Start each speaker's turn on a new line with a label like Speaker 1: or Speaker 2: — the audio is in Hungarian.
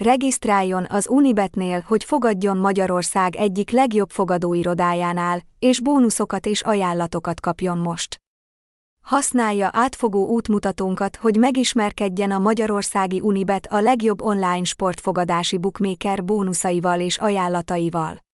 Speaker 1: Regisztráljon az Unibetnél, hogy fogadjon Magyarország egyik legjobb fogadóirodájánál, és bónuszokat és ajánlatokat kapjon most. Használja átfogó útmutatónkat, hogy megismerkedjen a magyarországi Unibet a legjobb online sportfogadási bookmaker bónuszaival és ajánlataival.